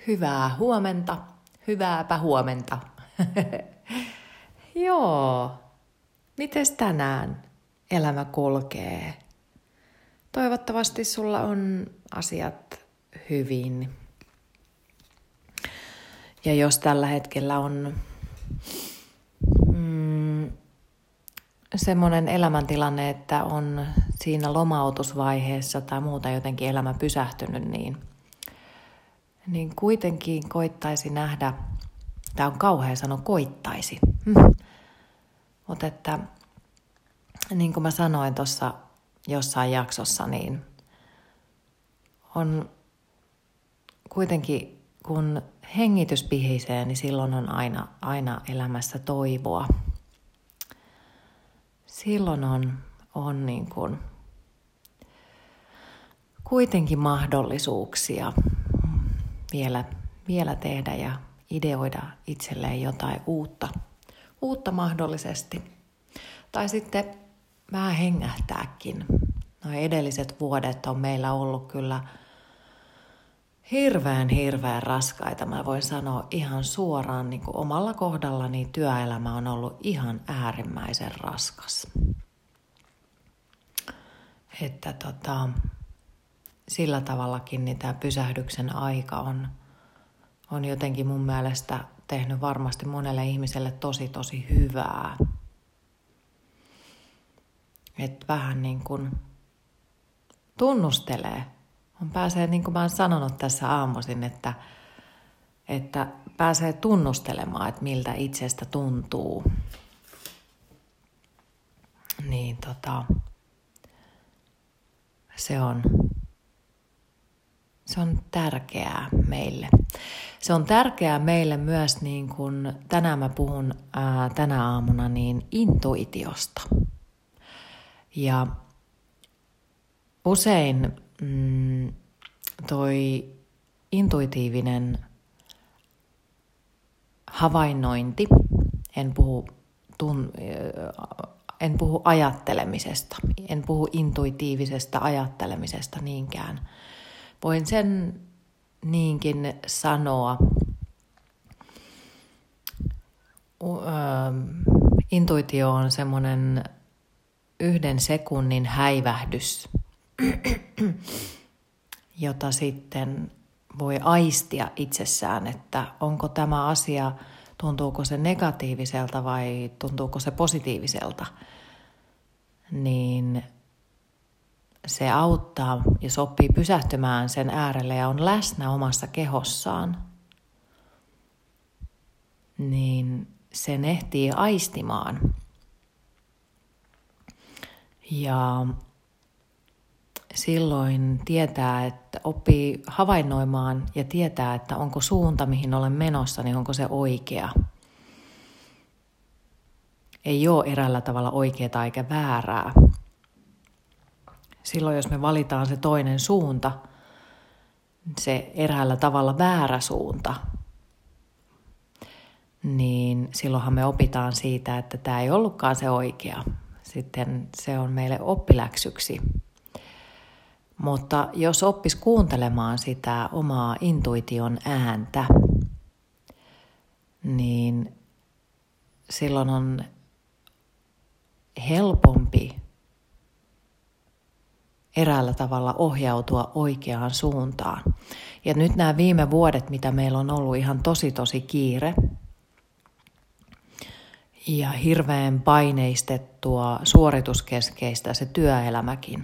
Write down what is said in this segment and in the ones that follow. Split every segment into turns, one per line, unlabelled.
Hyvää huomenta, hyvääpä huomenta. Joo, mites tänään elämä kulkee? Toivottavasti sulla on asiat hyvin. Ja jos tällä hetkellä on semmoinen elämäntilanne, että on siinä lomautusvaiheessa tai muuta jotenkin elämä pysähtynyt, niin kuitenkin koittaisi nähdä, tämä on kauhea sanoa koittaisi, mutta että niin kuin mä sanoin tuossa jossain jaksossa, niin on kuitenkin, kun hengitys pihisee, niin silloin on aina elämässä toivoa. Silloin on niin kuin kuitenkin mahdollisuuksia vielä tehdä ja ideoida itselleen jotain uutta mahdollisesti. Tai sitten vähän hengähtääkin. Nuo edelliset vuodet on meillä ollut kyllä hirveän raskaita. Mä voin sanoa ihan suoraan, niin kuin omalla kohdallani työelämä on ollut ihan äärimmäisen raskas. Että sillä tavallakin niin tämä pysähdyksen aika on jotenkin mun mielestä tehnyt varmasti monelle ihmiselle tosi hyvää. Että vähän niin kuin tunnustelee. On pääsee, niin kuin mä oon sanonut tässä aamuisin, että pääsee tunnustelemaan, että miltä itsestä tuntuu. Niin se on tärkeää meille. Se on tärkeää meille myös, niin kuin tänään mä puhun tänä aamuna, niin intuitiosta. Ja usein toi intuitiivinen havainnointi, en puhu ajattelemisesta, en puhu intuitiivisesta ajattelemisesta niinkään. Voin sen niinkin sanoa. Intuitio on semmoinen 1 sekunnin häivähdys, jota sitten voi aistia itsessään, että onko tämä asia, tuntuuko se negatiiviselta vai tuntuuko se positiiviselta, niin se auttaa ja sopii pysähtymään sen äärelle ja on läsnä omassa kehossaan, niin sen ehtii aistimaan. Ja silloin tietää, että oppii havainnoimaan ja tietää, että onko suunta, mihin olen menossa, niin onko se oikea. Ei ole eräällä tavalla oikeaa eikä väärää. Silloin, jos me valitaan se toinen suunta, se eräällä tavalla väärä suunta, niin silloinhan me opitaan siitä, että tämä ei ollutkaan se oikea. Sitten se on meille oppiläksyksi. Mutta jos oppisi kuuntelemaan sitä omaa intuition ääntä, niin silloin on helpompi eräällä tavalla ohjautua oikeaan suuntaan. Ja nyt nämä viime vuodet, mitä meillä on ollut ihan tosi kiire ja hirveän paineistettua, suorituskeskeistä se työelämäkin,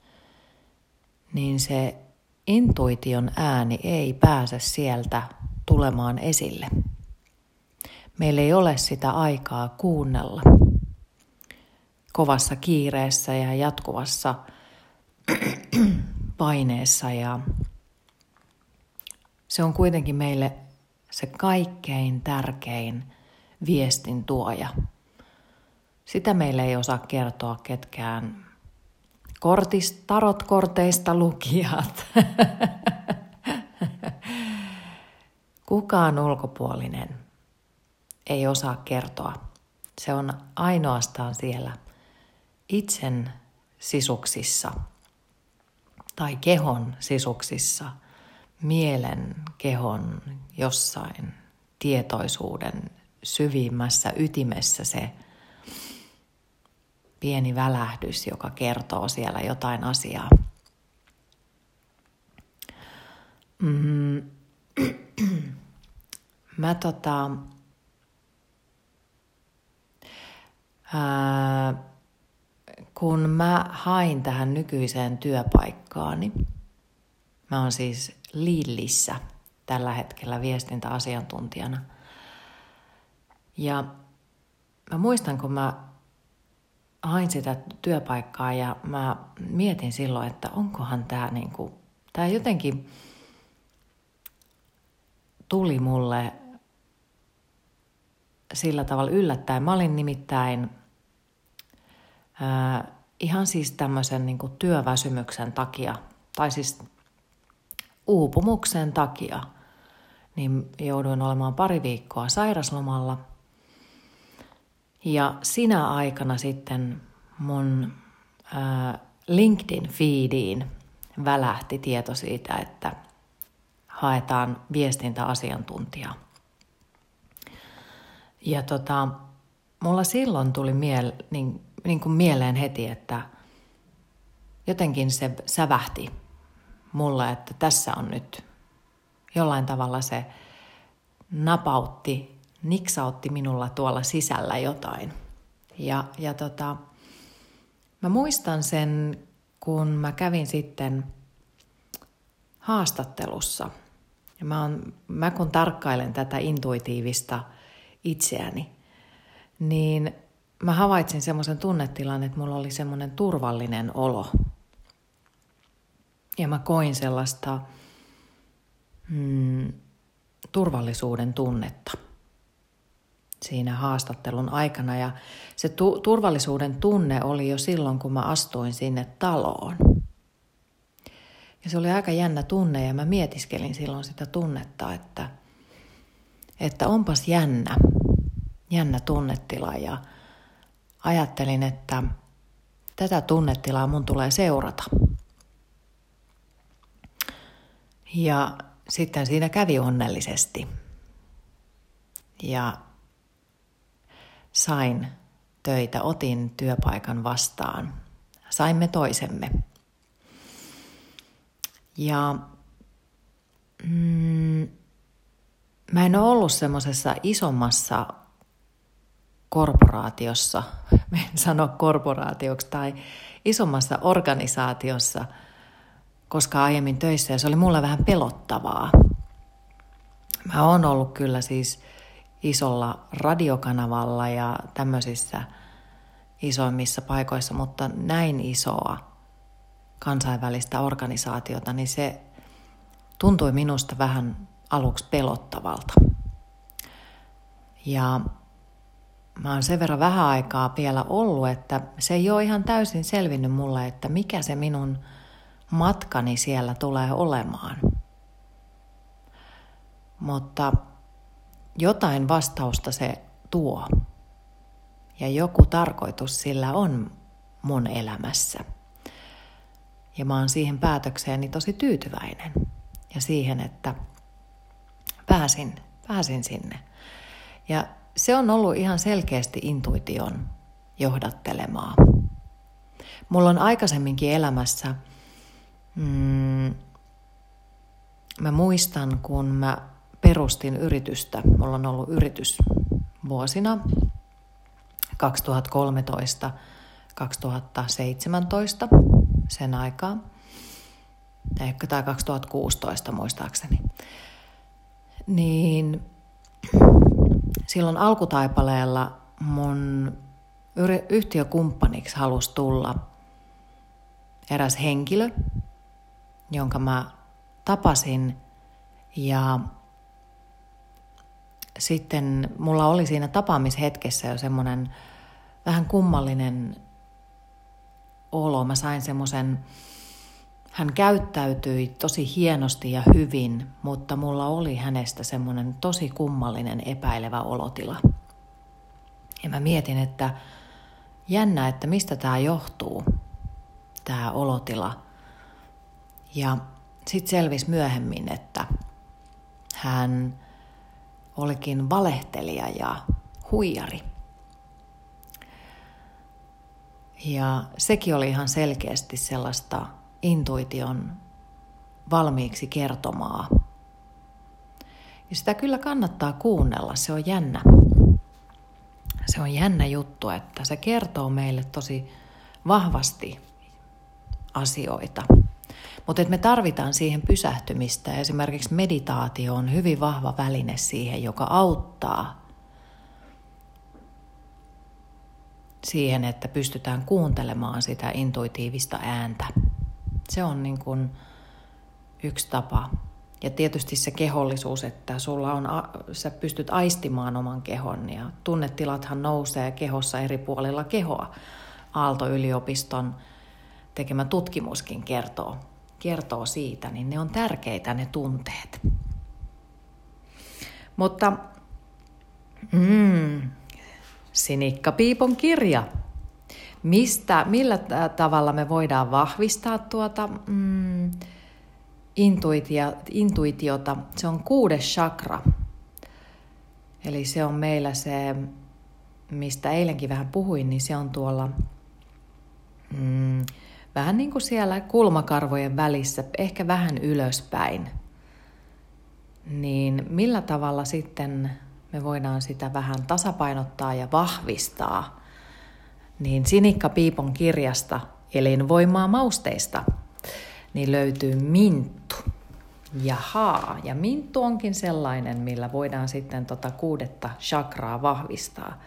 niin se intuition ääni ei pääse sieltä tulemaan esille. Meillä ei ole sitä aikaa kuunnella kovassa kiireessä ja jatkuvassa paineessa, ja se on kuitenkin meille se kaikkein tärkein viestin tuoja. Sitä meille ei osaa kertoa ketkään tarotkorteista lukijat. Kukaan ulkopuolinen ei osaa kertoa. Se on ainoastaan siellä itsen sisuksissa tai kehon sisuksissa, mielen, kehon, jossain tietoisuuden syvimmässä ytimessä se pieni välähdys, joka kertoo siellä jotain asiaa. Kun mä hain tähän nykyiseen työpaikkaani, mä oon siis Lillissä tällä hetkellä viestintäasiantuntijana. Ja mä muistan, kun mä hain sitä työpaikkaa ja mä mietin silloin, että onkohan tää jotenkin tuli mulle sillä tavalla yllättäen. Mä olin nimittäin ihan siis tämmöisen työväsymyksen takia, tai siis uupumuksen takia, niin jouduin olemaan 2 viikkoa sairaslomalla. Ja sinä aikana sitten mun LinkedIn-feediin välähti tieto siitä, että haetaan viestintäasiantuntijaa. Ja mulla silloin tuli mieleen heti, että jotenkin se sävähti mulle, että tässä on nyt jollain tavalla se niksautti minulla tuolla sisällä jotain. Ja mä muistan sen, kun mä kävin sitten haastattelussa. Ja mä kun tarkkailen tätä intuitiivista itseäni, niin mä havaitsin semmoisen tunnetilan, että mulla oli semmoinen turvallinen olo. Ja mä koin sellaista turvallisuuden tunnetta siinä haastattelun aikana. Ja se turvallisuuden tunne oli jo silloin, kun mä astuin sinne taloon. Ja se oli aika jännä tunne ja mä mietiskelin silloin sitä tunnetta, että onpas jännä tunnetila. Ja ajattelin, että tätä tunnetilaa mun tulee seurata. Ja sitten siinä kävi onnellisesti. Ja sain töitä, otin työpaikan vastaan. Saimme toisemme. Ja mä en ole ollut semmoisessa isommassa korporaatiossa, mä en sano korporaatioksi, tai isommassa organisaatiossa, koska aiemmin töissä, ja se oli mulle vähän pelottavaa. Mä oon ollut kyllä siis isolla radiokanavalla ja tämmöisissä isoimmissa paikoissa, mutta näin isoa kansainvälistä organisaatiota, niin se tuntui minusta vähän aluksi pelottavalta. Ja mä oon sen verran vähän aikaa vielä ollut, että se ei ole ihan täysin selvinnyt mulle, että mikä se minun matkani siellä tulee olemaan. Mutta jotain vastausta se tuo. Ja joku tarkoitus sillä on mun elämässä. Ja mä oon siihen päätökseeni tosi tyytyväinen. Ja siihen, että pääsin sinne. Ja se on ollut ihan selkeästi intuition johdattelemaa. Mulla on aikaisemminkin elämässä, mä muistan, kun mä perustin yritystä. Mulla on ollut yritys vuosina 2013-2017 sen aikaa. Ehkä tai 2016 muistaakseni. Niin silloin alkutaipaleella mun yhtiökumppaniksi halusi tulla eräs henkilö, jonka mä tapasin, ja sitten mulla oli siinä tapaamishetkessä jo semmoinen vähän kummallinen olo. Mä sain semmoisen, hän käyttäytyi tosi hienosti ja hyvin, mutta mulla oli hänestä semmoinen tosi kummallinen epäilevä olotila. Ja mä mietin, että jännä, että mistä tämä johtuu, tämä olotila. Ja sitten selvisi myöhemmin, että hän olikin valehtelija ja huijari. Ja sekin oli ihan selkeästi sellaista intuition valmiiksi kertomaa. Ja sitä kyllä kannattaa kuunnella, se on jännä. Se on jännä juttu, että se kertoo meille tosi vahvasti asioita. Mutta me tarvitaan siihen pysähtymistä. Esimerkiksi meditaatio on hyvin vahva väline siihen, joka auttaa siihen, että pystytään kuuntelemaan sitä intuitiivista ääntä. Se on niin kuin yksi tapa. Ja tietysti se kehollisuus, että sä pystyt aistimaan oman kehon ja tunnetilathan nousee kehossa eri puolilla kehoa. Aalto-yliopiston tekemä tutkimuskin kertoo siitä, niin ne on tärkeitä ne tunteet. Mutta Sinikka Piipon kirja. Millä tavalla me voidaan vahvistaa tuota intuitiota? Se on 6. chakra. Eli se on meillä se, mistä eilenkin vähän puhuin, niin se on tuolla vähän niin kuin siellä kulmakarvojen välissä, ehkä vähän ylöspäin. Niin millä tavalla sitten me voidaan sitä vähän tasapainottaa ja vahvistaa? Niin Sinikka Piipon kirjasta Elinvoimaa mausteista niin löytyy minttu. Jahaa, ja minttu onkin sellainen, millä voidaan sitten 6. chakraa vahvistaa.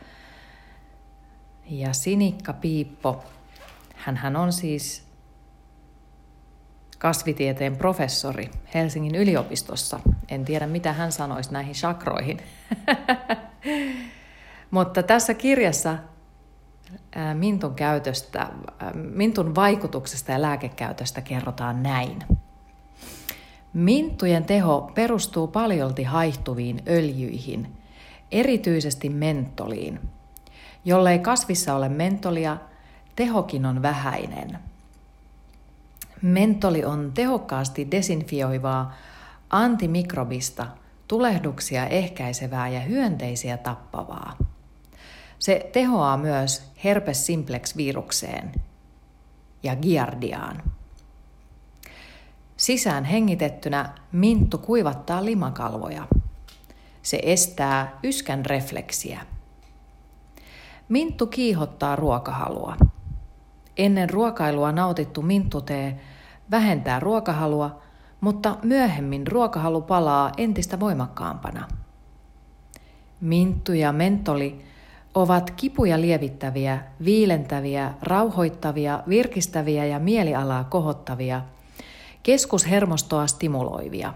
Ja Sinikka Piippo, hänhän on siis kasvitieteen professori Helsingin yliopistossa. En tiedä, mitä hän sanoisi näihin chakroihin. Mutta tässä kirjassa mintun vaikutuksesta ja lääkekäytöstä kerrotaan näin. Minttujen teho perustuu paljolti haihtuviin öljyihin, erityisesti mentoliin. Jollei kasvissa ole mentolia, tehokin on vähäinen. Mentoli on tehokkaasti desinfioivaa, antimikrobista, tulehduksia ehkäisevää ja hyönteisiä tappavaa. Se tehoaa myös herpes simplex-virukseen ja giardiaan. Sisään hengitettynä minttu kuivattaa limakalvoja. Se estää yskän refleksiä. Minttu kiihottaa ruokahalua. Ennen ruokailua nautittu minttutee vähentää ruokahalua, mutta myöhemmin ruokahalu palaa entistä voimakkaampana. Minttu ja mentoli ovat kipuja lievittäviä, viilentäviä, rauhoittavia, virkistäviä ja mielialaa kohottavia, keskushermostoa stimuloivia.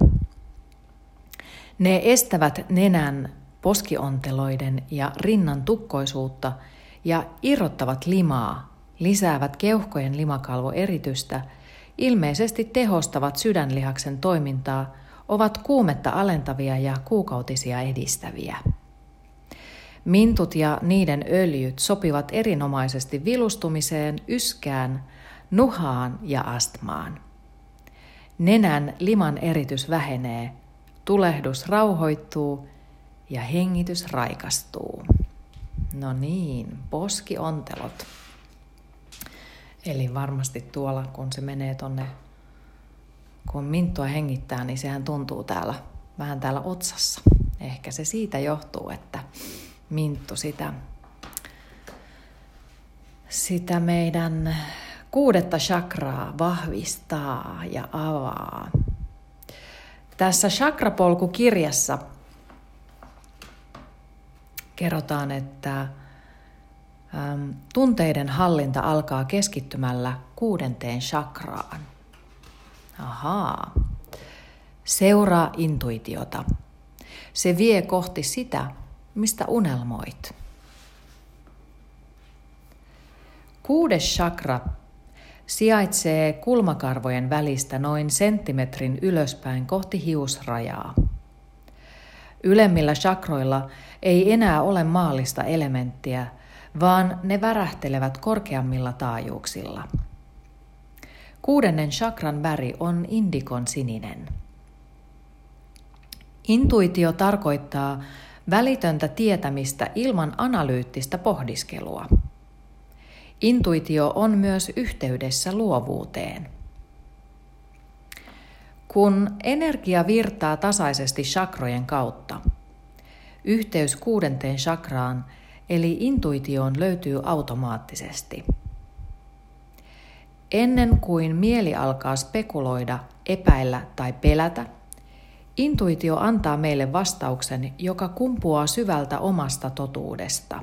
Ne estävät nenän, poskionteloiden ja rinnan tukkoisuutta ja irrottavat limaa, lisäävät keuhkojen limakalvoeritystä, ilmeisesti tehostavat sydänlihaksen toimintaa, ovat kuumetta alentavia ja kuukautisia edistäviä. Mintut ja niiden öljyt sopivat erinomaisesti vilustumiseen, yskään, nuhaan ja astmaan. Nenän liman eritys vähenee, tulehdus rauhoittuu ja hengitys raikastuu. No niin, poskiontelot. Eli varmasti tuolla, kun se menee tonne, kun minttua hengittää, niin sehän tuntuu vähän täällä otsassa. Ehkä se siitä johtuu, että minttu sitä meidän 6. chakraa vahvistaa ja avaa. Tässä chakrapolku-kirjassa kerrotaan, että tunteiden hallinta alkaa keskittymällä 6. chakraan. Ahaa. Seuraa intuitiota. Se vie kohti sitä, mistä unelmoit. 6. chakra sijaitsee kulmakarvojen välistä noin senttimetrin ylöspäin kohti hiusrajaa. Ylemmillä chakroilla ei enää ole maallista elementtiä, vaan ne värähtelevät korkeammilla taajuuksilla. 6. chakran väri on indikon sininen. Intuitio tarkoittaa välitöntä tietämistä ilman analyyttistä pohdiskelua. Intuitio on myös yhteydessä luovuuteen. Kun energia virtaa tasaisesti chakrojen kautta, yhteys 6. chakraan eli intuitioon löytyy automaattisesti. Ennen kuin mieli alkaa spekuloida, epäillä tai pelätä, intuitio antaa meille vastauksen, joka kumpuaa syvältä omasta totuudesta.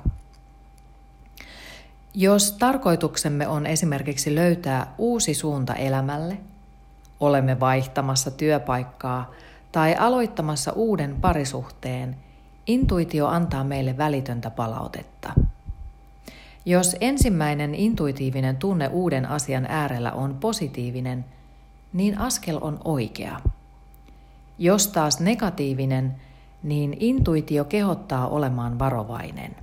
Jos tarkoituksemme on esimerkiksi löytää uusi suunta elämälle, olemme vaihtamassa työpaikkaa tai aloittamassa uuden parisuhteen, intuitio antaa meille välitöntä palautetta. Jos ensimmäinen intuitiivinen tunne uuden asian äärellä on positiivinen, niin askel on oikea. Jos taas negatiivinen, niin intuitio kehottaa olemaan varovainen.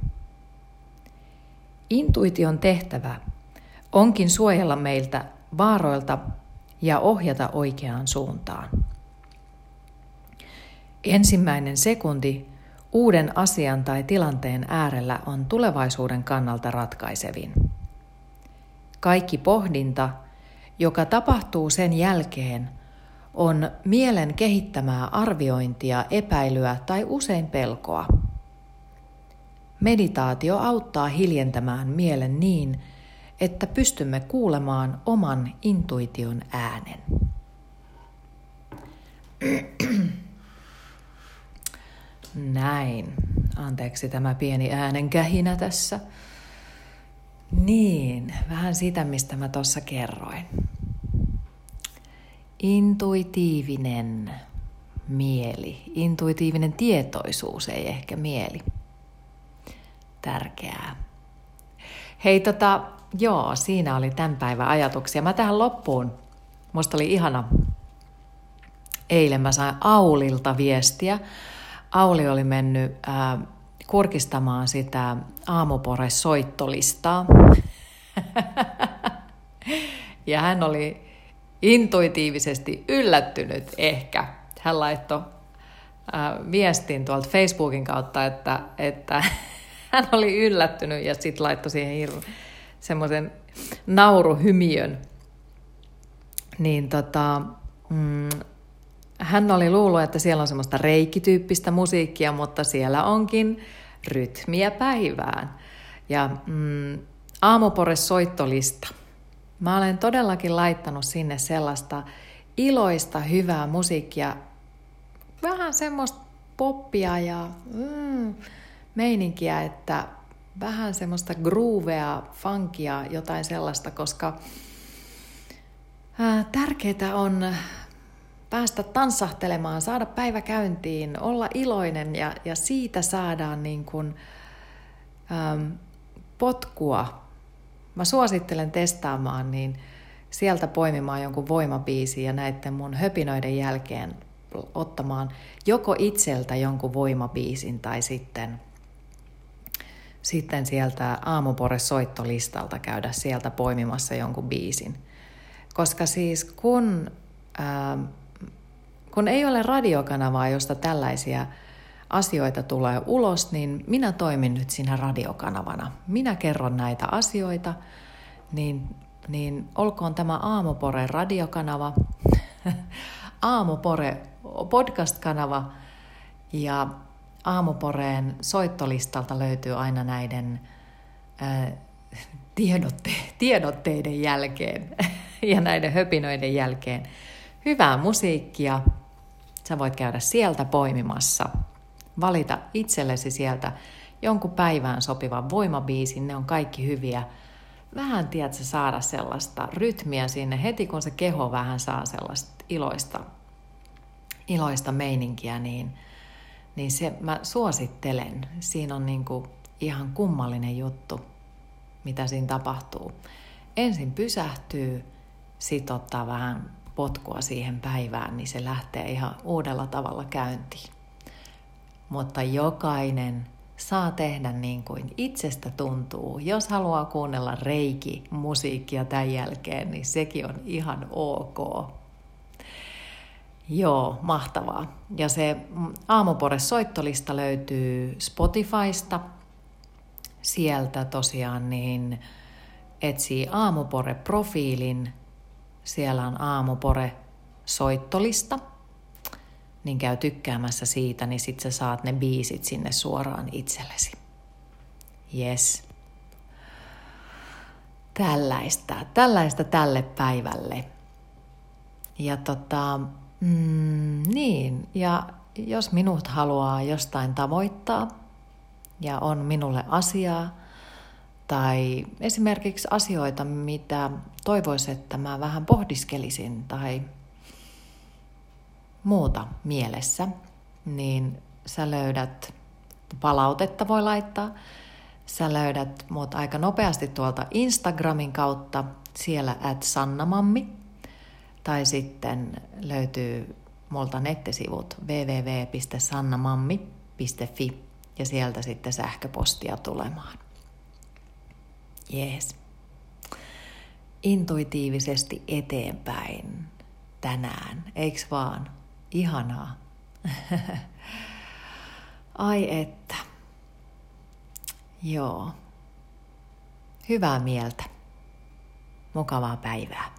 Intuition tehtävä onkin suojella meiltä vaaroilta ja ohjata oikeaan suuntaan. Ensimmäinen sekunti uuden asian tai tilanteen äärellä on tulevaisuuden kannalta ratkaisevin. Kaikki pohdinta, joka tapahtuu sen jälkeen, on mielen kehittämää arviointia, epäilyä tai usein pelkoa. Meditaatio auttaa hiljentämään mielen niin, että pystymme kuulemaan oman intuition äänen. Näin. Anteeksi tämä pieni äänenkähinä tässä. Niin, vähän sitä, mistä mä tuossa kerroin. Intuitiivinen mieli, intuitiivinen tietoisuus, ei ehkä mieli. Tärkeää. Hei, siinä oli tämän päivän ajatuksia. Mä tähän loppuun, musta oli ihana, eilen mä sain Aulilta viestiä. Auli oli mennyt kurkistamaan sitä Aamupore-soittolistaa. Ja hän oli intuitiivisesti yllättynyt ehkä. Hän laittoi viestin tuolta Facebookin kautta, että hän oli yllättynyt ja sitten laittoi siihen semmoisen nauruhymiön. Niin hän oli luullut, että siellä on semmoista reikityyppistä musiikkia, mutta siellä onkin rytmiä päivään. Ja Aamupore-soittolista. Mä olen todellakin laittanut sinne sellaista iloista, hyvää musiikkia, vähän semmoista poppia ja meininkiä, että vähän semmoista groovea, funkia, jotain sellaista, koska tärkeää on päästä tanssahtelemaan, saada päivä käyntiin, olla iloinen ja siitä saadaan niin kuin, potkua. Mä suosittelen testaamaan, niin sieltä poimimaan jonkun voimabiisin ja näiden mun höpinöiden jälkeen ottamaan joko itseltä jonkun voimabiisin tai sitten sieltä Aamupore-soittolistalta käydä sieltä poimimassa jonkun biisin. Koska siis kun ei ole radiokanavaa, josta tällaisia asioita tulee ulos, niin minä toimin nyt siinä radiokanavana. Minä kerron näitä asioita, niin olkoon tämä Aamupore radiokanava, Aamupore podcast-kanava ja Aamuporeen soittolistalta löytyy aina näiden tiedotteiden jälkeen ja näiden höpinöiden jälkeen hyvää musiikkia. Sä voit käydä sieltä poimimassa. Valita itsellesi sieltä jonkun päivään sopivan voimabiisin, ne on kaikki hyviä. Vähän tiedätkö, saada sellaista rytmiä sinne, heti kun se keho vähän saa sellaista iloista meininkiä, niin se mä suosittelen. Siinä on niinku ihan kummallinen juttu, mitä siinä tapahtuu. Ensin pysähtyy, sit ottaa vähän potkua siihen päivään, niin se lähtee ihan uudella tavalla käyntiin. Mutta jokainen saa tehdä niin kuin itsestä tuntuu. Jos haluaa kuunnella reiki-musiikkia tämän jälkeen, niin sekin on ihan ok. Joo, mahtavaa. Ja se Aamupore-soittolista löytyy Spotifysta. Sieltä tosiaan niin etsii Aamupore-profiilin. Siellä on Aamupore-soittolista. Niin käy tykkäämässä siitä, niin sit sä saat ne biisit sinne suoraan itsellesi. Yes. Tällaista tälle päivälle. Ja niin, ja jos minut haluaa jostain tavoittaa ja on minulle asiaa tai esimerkiksi asioita, mitä toivoisin, että mä vähän pohdiskelisin tai muuta mielessä, niin sä löydät, palautetta voi laittaa, sä löydät mut aika nopeasti tuolta Instagramin kautta, siellä @sannamammi, tai sitten löytyy multa nettisivut www.sannamammi.fi ja sieltä sitten sähköpostia tulemaan. Jees. Intuitiivisesti eteenpäin tänään, eiks vaan? Ihanaa. Ai että. Joo. Hyvää mieltä. Mukavaa päivää.